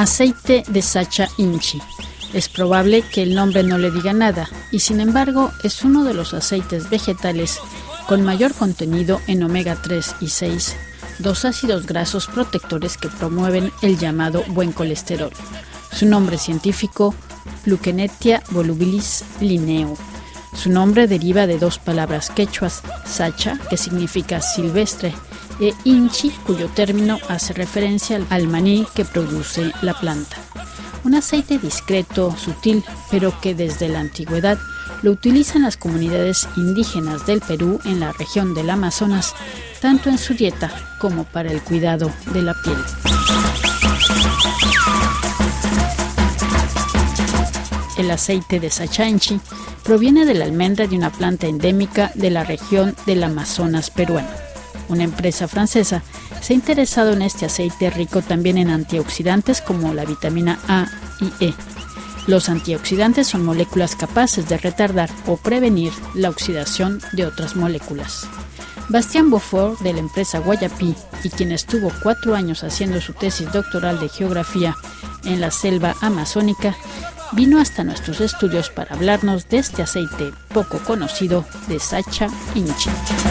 Aceite de Sacha Inchi. Es probable que el nombre no le diga nada, y sin embargo es uno de los aceites vegetales con mayor contenido en omega 3 y 6, dos ácidos grasos protectores que promueven el llamado buen colesterol. Su nombre científico, Plukenetia volubilis Linneo. Su nombre deriva de dos palabras quechuas, sacha, que significa silvestre, e inchi, cuyo término hace referencia al maní que produce la planta. Un aceite discreto, sutil, pero que desde la antigüedad lo utilizan las comunidades indígenas del Perú en la región del Amazonas, tanto en su dieta como para el cuidado de la piel. El aceite de Sacha Inchi proviene de la almendra de una planta endémica de la región del Amazonas peruano. Una empresa francesa se ha interesado en este aceite rico también en antioxidantes como la vitamina A y E. Los antioxidantes son moléculas capaces de retardar o prevenir la oxidación de otras moléculas. Bastien Beaufort, de la empresa Guayapí, y quien estuvo 4 años haciendo su tesis doctoral de geografía en la selva amazónica, vino hasta nuestros estudios para hablarnos de este aceite poco conocido de Sacha Inchi.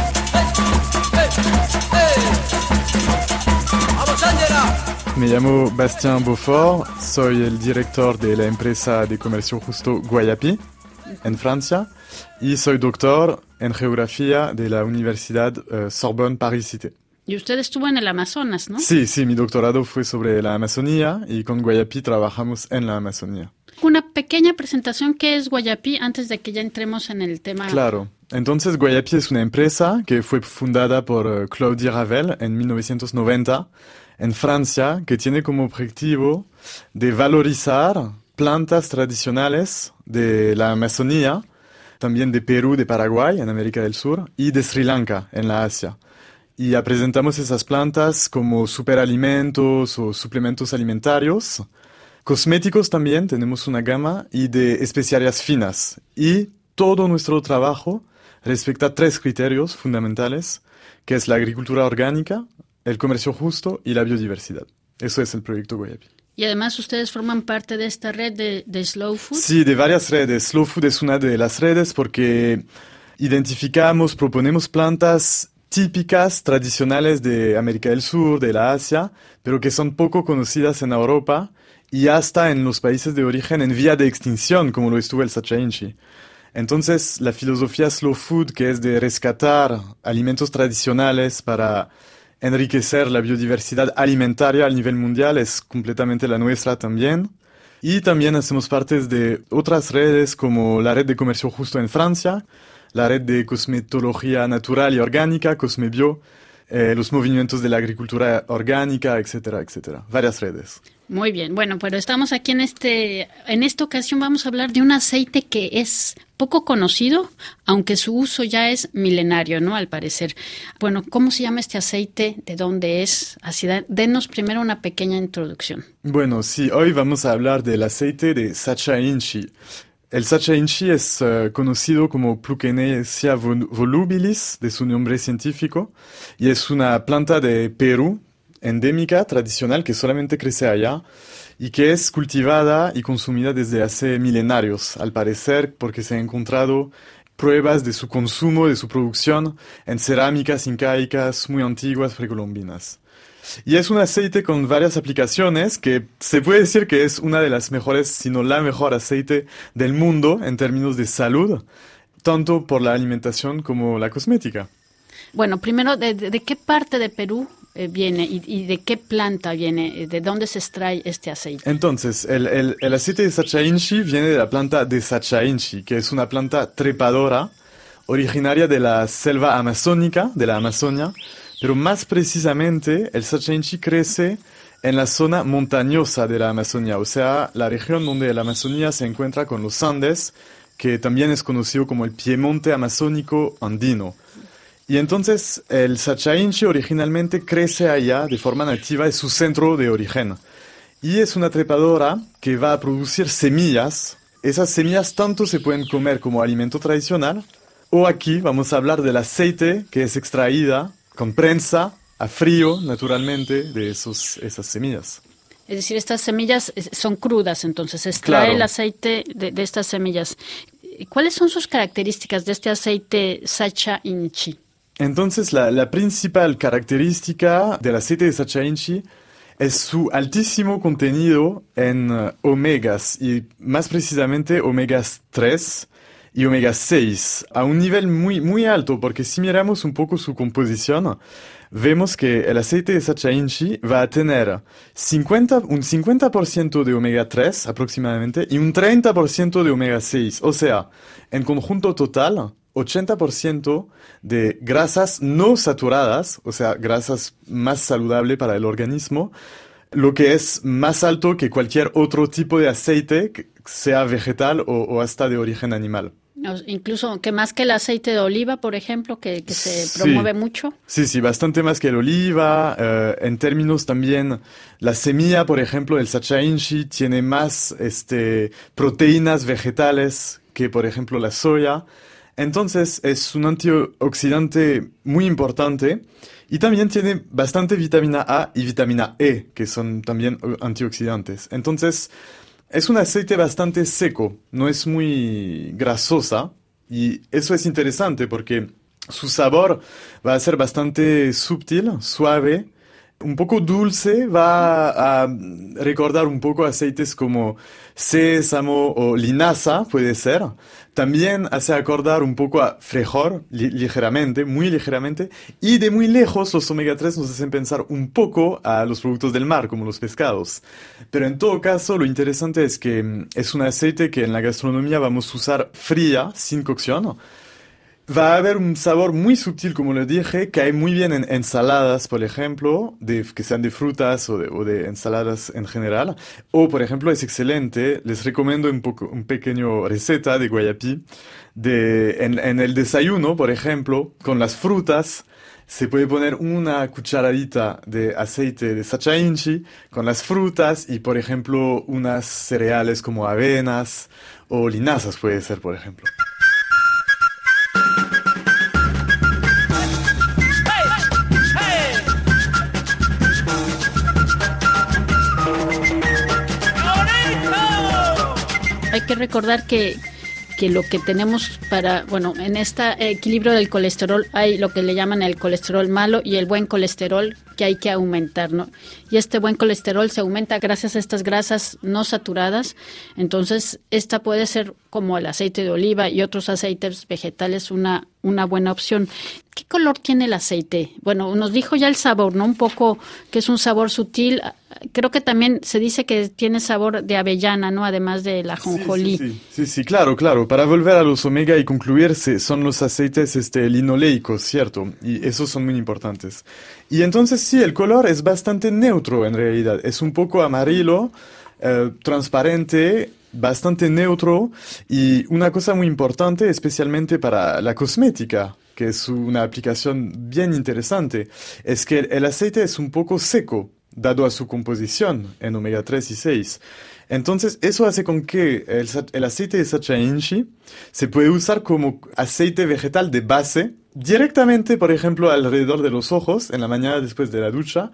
Me llamo Bastien Beaufort, soy el director de la empresa de comercio justo Guayapí, en Francia, y soy doctor en geografía de la Universidad Sorbonne Paris-Cité. Y usted estuvo en el Amazonas, ¿no? Sí, mi doctorado fue sobre la Amazonía y con Guayapí trabajamos en la Amazonía. Una pequeña presentación, ¿qué es Guayapí? Antes de que ya entremos en el tema. Claro. Entonces, Guayapí es una empresa que fue fundada por Claudie Ravel en 1990 en Francia, que tiene como objetivo de valorizar plantas tradicionales de la Amazonía, también de Perú, de Paraguay, en América del Sur, y de Sri Lanka, en la Asia. Y presentamos esas plantas como superalimentos o suplementos alimentarios. Cosméticos también, tenemos una gama, y de especiarias finas. Y todo nuestro trabajo respecta 3 criterios fundamentales, que es la agricultura orgánica, el comercio justo y la biodiversidad. Eso es el proyecto Guayapí. Y además ustedes forman parte de esta red de Slow Food. Sí, de varias redes. Slow Food es una de las redes porque identificamos, proponemos plantas típicas, tradicionales de América del Sur, de la Asia, pero que son poco conocidas en Europa y hasta en los países de origen en vía de extinción, como lo estuvo el Sacha Inchi. Entonces, la filosofía Slow Food, que es de rescatar alimentos tradicionales para enriquecer la biodiversidad alimentaria a nivel mundial, es completamente la nuestra también. Y también hacemos parte de otras redes como la red de comercio justo en Francia, la red de cosmetología natural y orgánica, Cosmebio, los movimientos de la agricultura orgánica, etcétera, etcétera. Varias redes. Muy bien, bueno, pero estamos aquí en esta ocasión vamos a hablar de un aceite que es poco conocido, aunque su uso ya es milenario, ¿no? Al parecer. Bueno, ¿cómo se llama este aceite? ¿De dónde es? Así, denos primero una pequeña introducción. Bueno, sí, hoy vamos a hablar del aceite de Sacha Inchi. El Sacha Inchi es conocido como Plukenetia volubilis, de su nombre científico, y es una planta de Perú, endémica, tradicional, que solamente crece allá y que es cultivada y consumida desde hace milenarios, al parecer, porque se han encontrado pruebas de su consumo, de su producción en cerámicas incaicas muy antiguas precolombinas. Y es un aceite con varias aplicaciones que se puede decir que es una de las mejores, si no la mejor aceite del mundo en términos de salud, tanto por la alimentación como la cosmética. Bueno, primero, ¿de qué parte de Perú viene y de qué planta viene? ¿De dónde se extrae este aceite? Entonces, el aceite de Sacha Inchi viene de la planta de Sacha Inchi, que es una planta trepadora originaria de la selva amazónica, de la Amazonia, pero más precisamente el Sacha Inchi crece en la zona montañosa de la Amazonia, o sea, la región donde la Amazonía se encuentra con los Andes, que también es conocido como el Piemonte amazónico andino. Y entonces el Sacha Inchi originalmente crece allá de forma nativa, es su centro de origen. Y es una trepadora que va a producir semillas. Esas semillas tanto se pueden comer como alimento tradicional, o aquí vamos a hablar del aceite que es extraída con prensa, a frío, naturalmente, de esas semillas. Es decir, estas semillas son crudas, entonces se extrae Claro. el aceite de estas semillas. ¿Cuáles son sus características de este aceite Sacha Inchi? Entonces, la principal característica del aceite de Sacha Inchi es su altísimo contenido en omegas, y más precisamente omegas 3 y omega 6, a un nivel muy, muy alto, porque si miramos un poco su composición, vemos que el aceite de Sacha Inchi va a tener un 50% de omega 3 aproximadamente y un 30% de omega 6. O sea, en conjunto total, 80% de grasas no saturadas, o sea, grasas más saludables para el organismo, lo que es más alto que cualquier otro tipo de aceite, sea vegetal o hasta de origen animal. Incluso que más que el aceite de oliva, por ejemplo, que se Sí. promueve mucho. Sí, bastante más que el oliva. En términos también, la semilla, por ejemplo, el Sacha Inchi tiene más proteínas vegetales que, por ejemplo, la soya. Entonces, es un antioxidante muy importante y también tiene bastante vitamina A y vitamina E, que son también antioxidantes. Entonces, es un aceite bastante seco, no es muy grasosa, y eso es interesante porque su sabor va a ser bastante sutil, suave, un poco dulce, va a recordar un poco aceites como sésamo o linaza, puede ser. También hace acordar un poco a frijol, ligeramente, muy ligeramente, y de muy lejos los omega 3 nos hacen pensar un poco a los productos del mar, como los pescados. Pero en todo caso, lo interesante es que es un aceite que en la gastronomía vamos a usar fría, sin cocción. Va a haber un sabor muy sutil, como lo dije, cae muy bien en ensaladas, por ejemplo, que sean de frutas o de ensaladas en general. O, por ejemplo, es excelente, les recomiendo un pequeño receta de guayapí. En el desayuno, por ejemplo, con las frutas, se puede poner una cucharadita de aceite de Sacha Inchi con las frutas y, por ejemplo, unas cereales como avenas o linazas, puede ser, por ejemplo. Hay que recordar que lo que tenemos en este equilibrio del colesterol hay lo que le llaman el colesterol malo y el buen colesterol que hay que aumentar, ¿no? Y este buen colesterol se aumenta gracias a estas grasas no saturadas. Entonces, esta puede ser, como el aceite de oliva y otros aceites vegetales, una buena opción. ¿Qué color tiene el aceite? Bueno, nos dijo ya el sabor, ¿no? Un poco que es un sabor sutil. Creo que también se dice que tiene sabor de avellana, ¿no? Además de la ajonjolí. Sí, claro. Para volver a los omega y concluir, son los aceites linoleicos, ¿cierto? Y esos son muy importantes. Y entonces sí, el color es bastante neutro en realidad. Es un poco amarillo, transparente, bastante neutro. Y una cosa muy importante, especialmente para la cosmética, que es una aplicación bien interesante, es que el aceite es un poco seco, dado a su composición en omega 3 y 6. Entonces, eso hace con que el aceite de Sacha Inchi se puede usar como aceite vegetal de base, directamente, por ejemplo, alrededor de los ojos, en la mañana después de la ducha,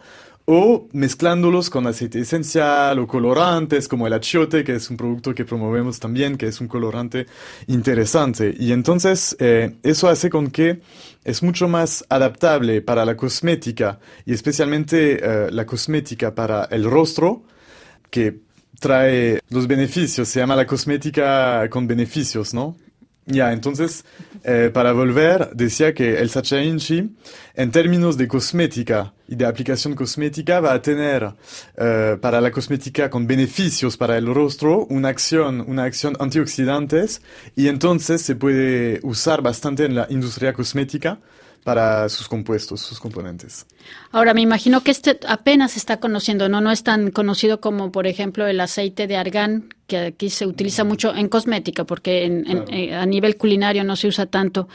o mezclándolos con aceite esencial o colorantes, como el achiote, que es un producto que promovemos también, que es un colorante interesante. Y entonces, eso hace con que es mucho más adaptable para la cosmética, y especialmente la cosmética para el rostro, que trae los beneficios, se llama la cosmética con beneficios, ¿no? Ya, entonces, para volver, decía que el Sacha Inchi, en términos de cosmética y de aplicación cosmética, va a tener, para la cosmética con beneficios para el rostro, una acción antioxidantes, y entonces se puede usar bastante en la industria cosmética para sus compuestos, sus componentes. Ahora, me imagino que apenas se está conociendo, ¿no? No es tan conocido como, por ejemplo, el aceite de argán, que aquí se utiliza mucho en cosmética, porque a nivel culinario no se usa tanto.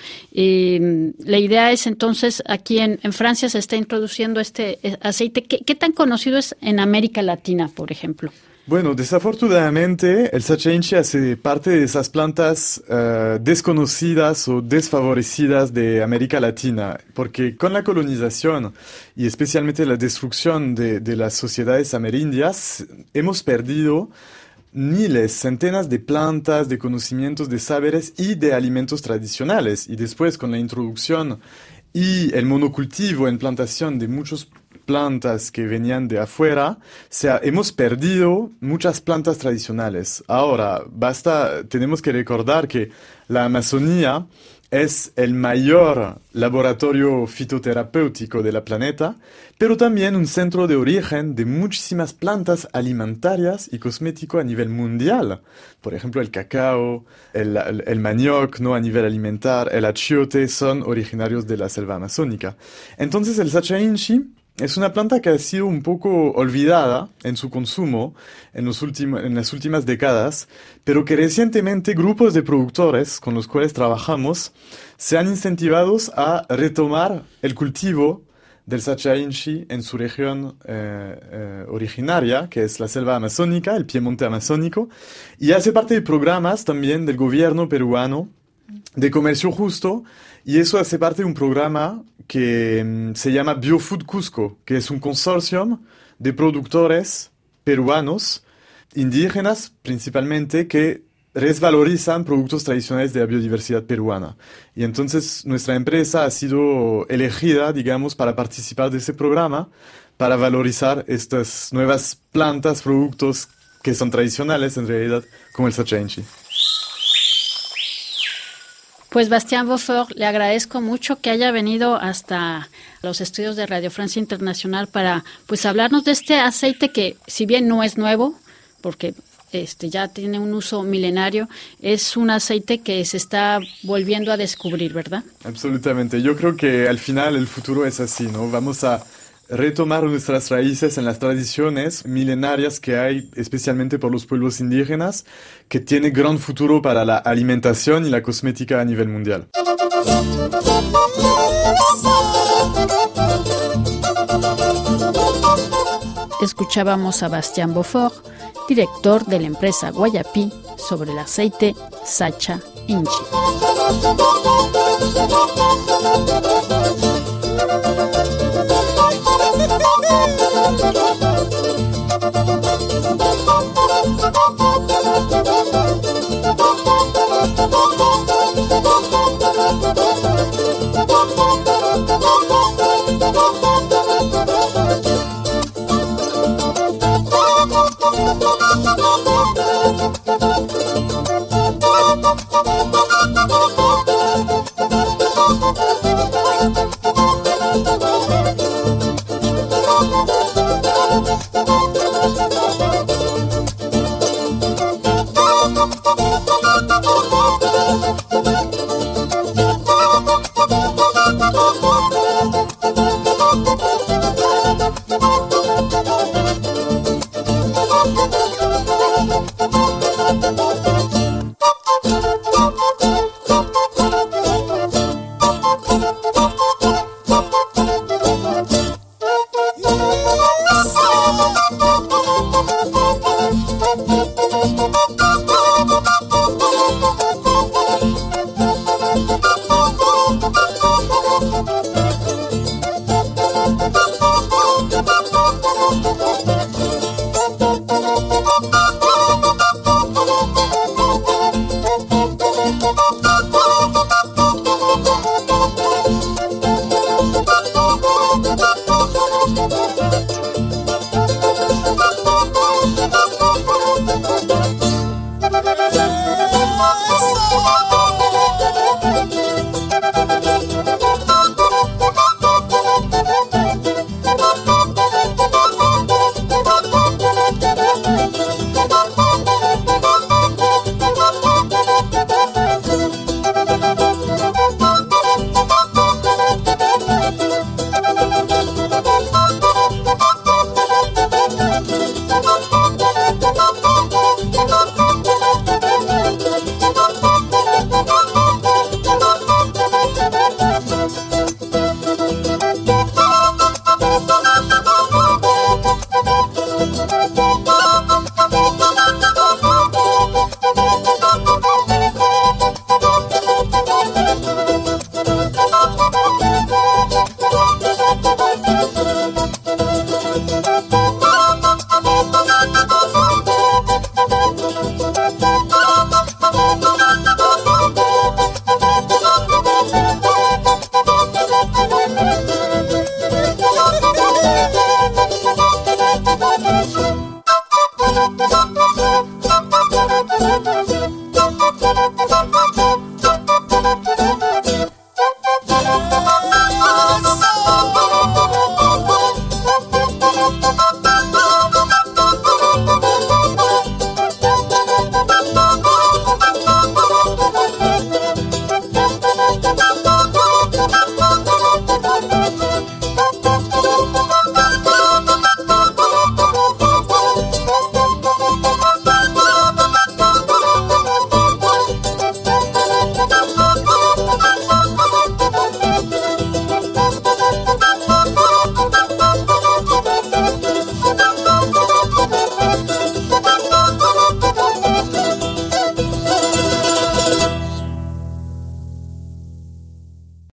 La idea es, entonces, aquí en Francia se está introduciendo este aceite. ¿Qué tan conocido es en América Latina, por ejemplo? Bueno, desafortunadamente el Sacha Inchi hace parte de esas plantas desconocidas o desfavorecidas de América Latina, porque con la colonización y especialmente la destrucción de las sociedades amerindias, hemos perdido miles, centenas de plantas, de conocimientos, de saberes y de alimentos tradicionales. Y después, con la introducción y el monocultivo en plantación de muchas plantas que venían de afuera, hemos perdido muchas plantas tradicionales. Ahora, tenemos que recordar que la Amazonía es el mayor laboratorio fitoterapéutico del planeta, pero también un centro de origen de muchísimas plantas alimentarias y cosméticos a nivel mundial. Por ejemplo, el cacao, el manioc, ¿no? A nivel alimentar, el achiote son originarios de la selva amazónica. Entonces, el Sacha Inchi es una planta que ha sido un poco olvidada en su consumo en las últimas décadas, pero que recientemente grupos de productores con los cuales trabajamos se han incentivado a retomar el cultivo del Sacha Inchi en su región originaria, que es la selva amazónica, el piemonte amazónico, y hace parte de programas también del gobierno peruano de comercio justo, y eso hace parte de un programa que se llama Biofood Cusco, que es un consorcio de productores peruanos, indígenas principalmente, que resvalorizan productos tradicionales de la biodiversidad peruana. Y entonces nuestra empresa ha sido elegida, digamos, para participar de ese programa, para valorizar estas nuevas plantas, productos que son tradicionales en realidad, como el Sacha Inchi. Pues Bastien Beaufort, le agradezco mucho que haya venido hasta los estudios de Radio Francia Internacional para pues hablarnos de este aceite que, si bien no es nuevo, porque ya tiene un uso milenario, es un aceite que se está volviendo a descubrir, ¿verdad? Absolutamente. Yo creo que al final el futuro es así, ¿no? Vamos a retomar nuestras raíces en las tradiciones milenarias que hay, especialmente por los pueblos indígenas, que tiene gran futuro para la alimentación y la cosmética a nivel mundial. Escuchábamos a Bastien Beaufort, director de la empresa Guayapí, sobre el aceite Sacha Inchi.